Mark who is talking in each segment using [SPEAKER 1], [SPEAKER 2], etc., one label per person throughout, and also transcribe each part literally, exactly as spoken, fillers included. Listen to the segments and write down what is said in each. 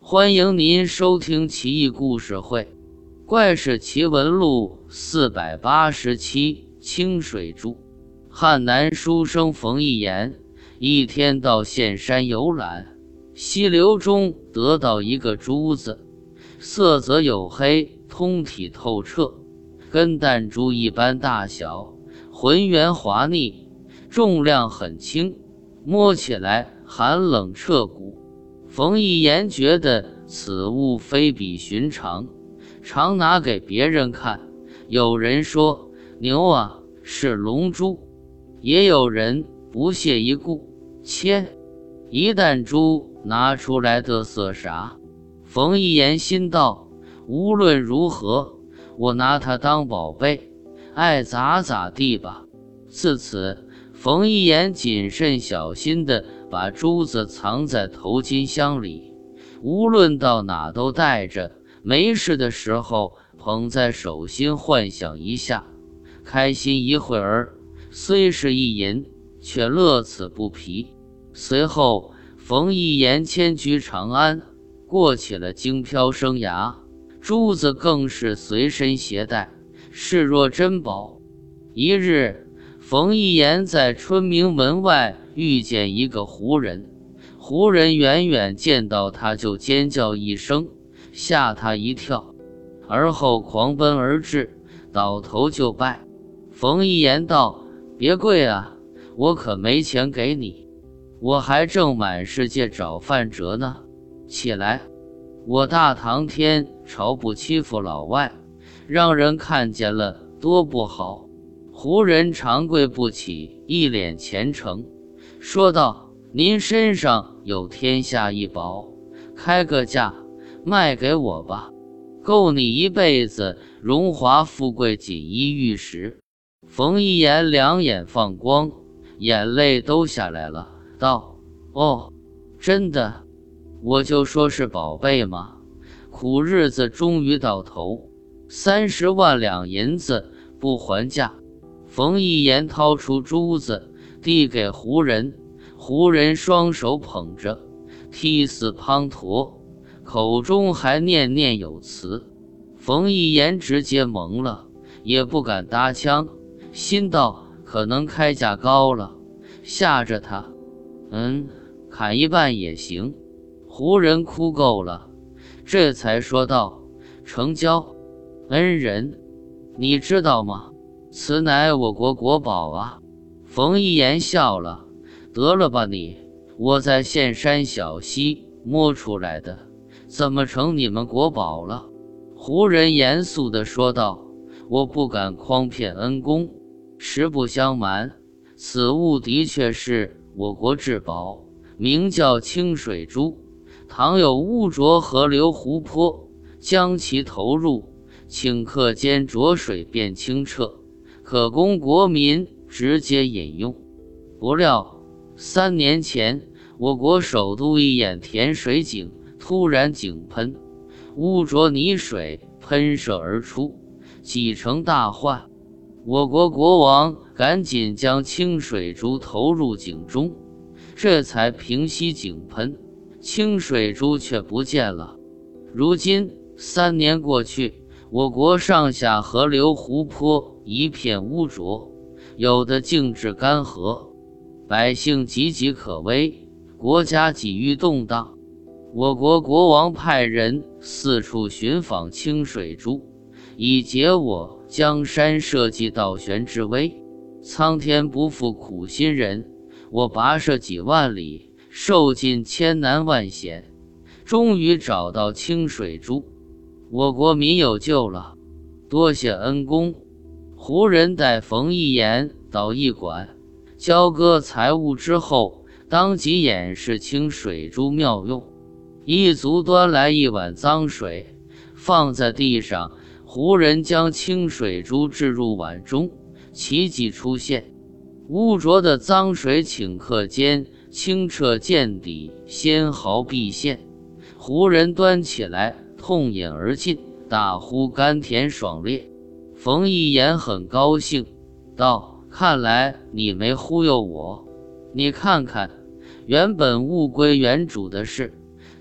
[SPEAKER 1] 欢迎您收听奇异故事会，怪事奇闻录四百八十七，清水珠。汉南书生冯一言一天到县山游览，溪流中得到一个珠子，色泽黝黑，通体透彻，跟弹珠一般大小，浑圆滑腻，重量很轻，摸起来寒冷彻骨。冯一言觉得此物非比寻常，常拿给别人看。有人说牛啊，是龙珠，也有人不屑一顾，切，一弹珠拿出来得瑟啥？冯一言心道，无论如何，我拿它当宝贝，爱咋咋地吧。自此，冯一言谨慎小心地把珠子藏在头巾箱里，无论到哪都带着，没事的时候捧在手心幻想一下，开心一会儿，虽是一淫，却乐此不疲。随后冯一言迁居长安，过起了京漂生涯，珠子更是随身携带，视若珍宝。一日，冯一言在春明门外遇见一个胡人，胡人远远见到他就尖叫一声，吓他一跳，而后狂奔而至，倒头就拜。冯一言道：别跪啊，我可没钱给你，我还正满世界找饭辙呢。起来，我大唐天朝不欺负老外，让人看见了多不好。胡人长跪不起，一脸虔诚，说道：您身上有天下异宝，开个价卖给我吧，够你一辈子荣华富贵锦衣玉食。冯一言两眼放光，眼泪都下来了，道：哦，真的，我就说是宝贝嘛。苦日子终于到头，三十万两银子不还价。冯一言掏出珠子递给胡人，胡人双手捧着，涕泗滂沱，口中还念念有词。冯一言直接懵了，也不敢搭腔，心道可能开价高了，吓着他。嗯，砍一半也行。胡人哭够了，这才说道：成交。恩人，你知道吗？此乃我国国宝啊。冯一言笑了，得了吧你，我在县山小溪摸出来的，怎么成你们国宝了？胡人严肃地说道：我不敢诓骗恩公，实不相瞒，此物的确是我国至宝，名叫清水珠。倘有污浊河流湖泊，将其投入，顷刻间浊水变清澈，可供国民直接饮用。不料三年前，我国首都一眼甜水井突然井喷，污浊泥水喷射而出，几成大患。我国国王赶紧将清水珠投入井中，这才平息井喷，清水珠却不见了。如今三年过去，我国上下河流湖泊一片污浊，有的静止干涸，百姓岌岌可危，国家几欲动荡。我国国王派人四处寻访清水珠，以解我江山社稷倒悬之危。苍天不负苦心人，我跋涉几万里，受尽千难万险，终于找到清水珠，我国民有救了，多谢恩公。胡人带冯一言到驿馆，交割财物之后，当即演示清水珠妙用。一族端来一碗脏水，放在地上，胡人将清水珠置入碗中，奇迹出现，污浊的脏水顷刻间清澈见底，纤毫毕现。胡人端起来痛饮而尽，大呼甘甜爽冽。冯一言很高兴，道：看来你没忽悠我，你看看，原本物归原主的事，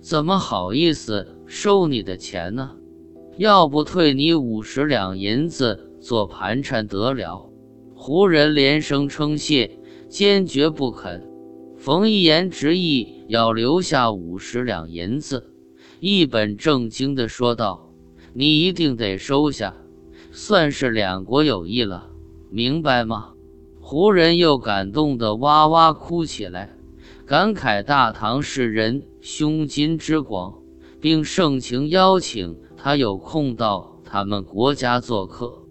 [SPEAKER 1] 怎么好意思收你的钱呢？要不退你五十两银子做盘缠得了。胡人连声称谢，坚决不肯。冯一言执意要留下五十两银子，一本正经地说道：你一定得收下，算是两国有益了，明白吗？胡人又感动得哇哇哭起来，感慨大唐士人胸襟之广，并盛情邀请他有空到他们国家做客。